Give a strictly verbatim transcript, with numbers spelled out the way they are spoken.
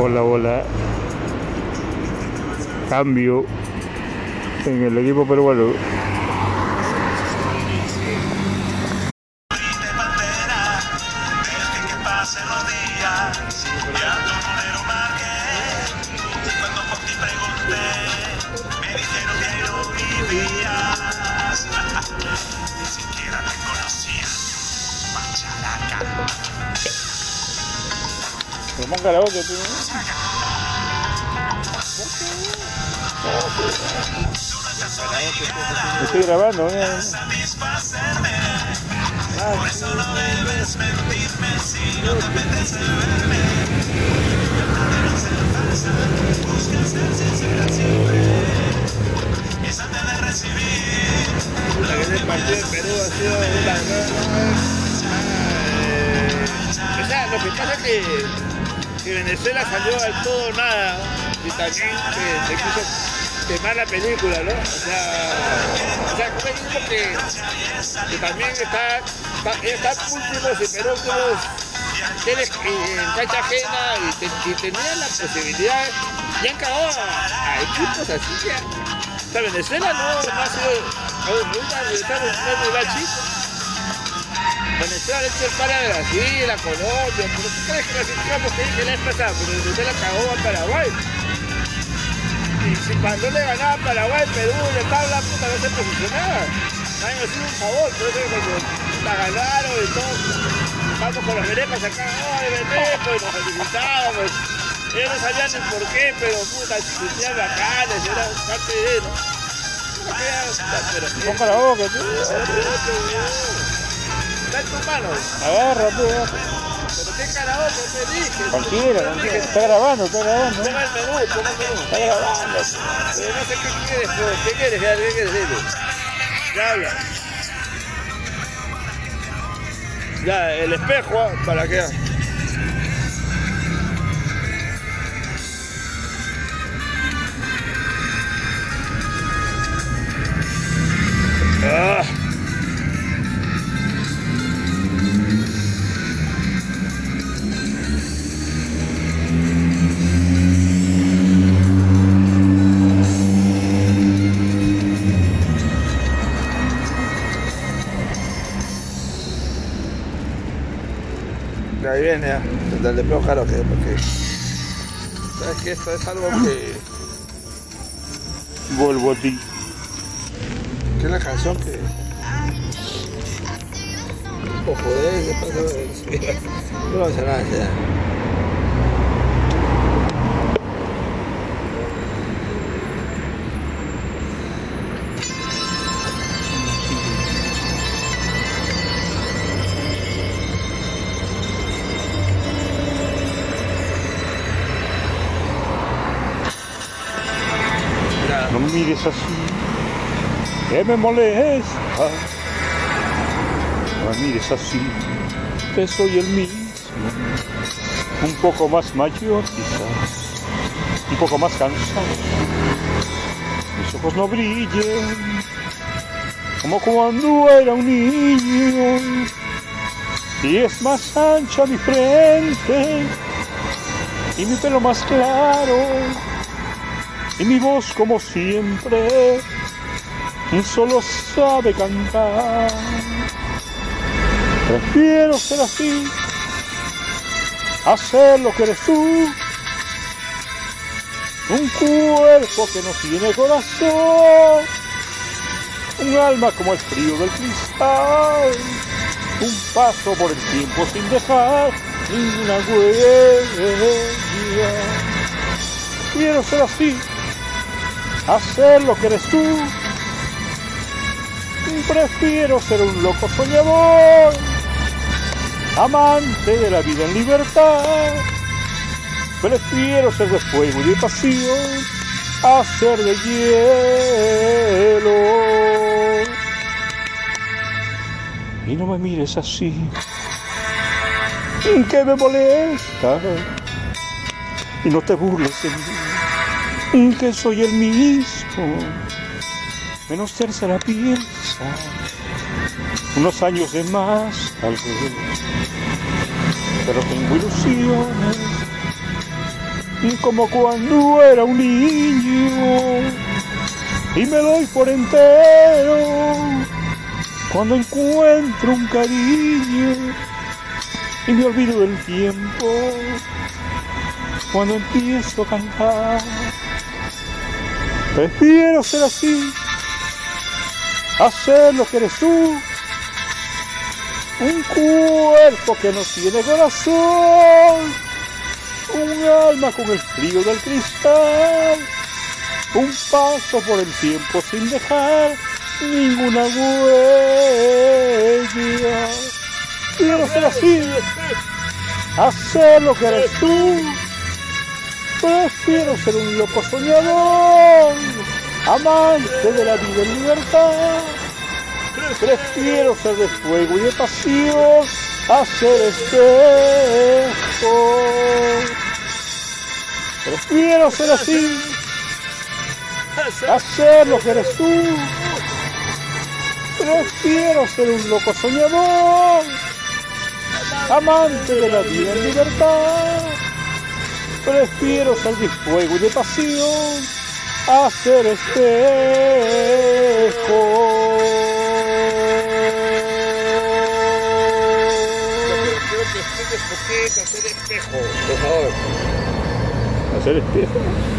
Hola, hola. Cambio en el equipo peruano. Pero pon karaoke, tú, ¿no? Me estoy grabando, ¿eh? Ah, por eso no debes mentirme si no te apetece verme. Tratar de no ser falsa, busca ser sincera siempre. Esa te de recibir. La que el partido de Perú ha sido una eh, o sea, lo que pasa es que, que Venezuela salió al todo nada y también que se quiso quemar la película, ¿no? O sea, o sea, como digo que, que también está, está, está últimos y Perú últimos tiene en cancha ajena y, te, y tenían la posibilidad y han cagado a, a equipos así que, o sea, Venezuela no, no ha sido nunca está en un lugar chico. Venezuela ha hecho el para de Brasil, a Colombia, pero tú crees que clasificamos que dije la vez pasada, pero Venezuela cagó a Paraguay. Y si cuando le ganaba a Paraguay, Perú, de tabla, puta, no se posicionaba. Nadie nos hizo un favor, por eso cuando la ganaron y todo, vamos con los venecos acá, ¡ay, veneco! Y nos felicitábamos. Ellos no sabían ni por qué, pero puta, se sentían bacanes, era parte de él, ¿no? pon karaoke, tú. Está en tus manos. Agarra, tú. Pero qué karaoke, te dije. Tranquila, tranquila. Está grabando, está grabando. Ponga el menú, ponga el menú. Está grabando. Pero no sé qué quieres, pero ¿qué quieres? ¿Qué quieres? Dile. Ya habla. Ya, el espejo, ¿para qué? Ah. Ahí viene ya, desde el espejo claro que porque sabes que esto es algo que Vuelvo a ti. que es la canción que o joder, se pasa no va a hacer nada ya. No me mires así, que me molesta. No me mires así, que soy el mismo. Un poco más mayor quizás, un poco más cansado. Mis ojos no brillan como cuando era un niño. Y es más ancha mi frente y mi pelo más claro. Y mi voz como siempre solo sabe cantar. Prefiero ser así, hacer lo que eres tú. Un cuerpo que no tiene corazón, un alma como el frío del cristal, un paso por el tiempo sin dejar ninguna huella. Quiero ser así, hacer lo que eres tú. Prefiero ser un loco soñador, amante de la vida en libertad. Prefiero ser de fuego y de pasión, a ser de hielo. Y no me mires así, que me molesta. Y no te burles de mí, que soy el mismo. Menos tercera piensa, unos años de más tal vez, pero tengo ilusiones y como cuando era un niño, y me doy por entero cuando encuentro un cariño, y me olvido del tiempo cuando empiezo a cantar. Prefiero ser así, hacer lo que eres tú, un cuerpo que no tiene corazón, un alma con el frío del cristal, un paso por el tiempo sin dejar ninguna huella. Quiero ser así, hacer lo que eres tú. Prefiero ser un loco soñador, amante de la vida en libertad. Prefiero ser de fuego y de pasión, hacer espejo. Prefiero ser así, hacer lo que eres tú. Prefiero ser un loco soñador, amante de la vida en libertad. Prefiero ser de fuego y de pasión, hacer espejo. Quiero que expliques por qué es hacer espejo, por favor. Hacer espejo.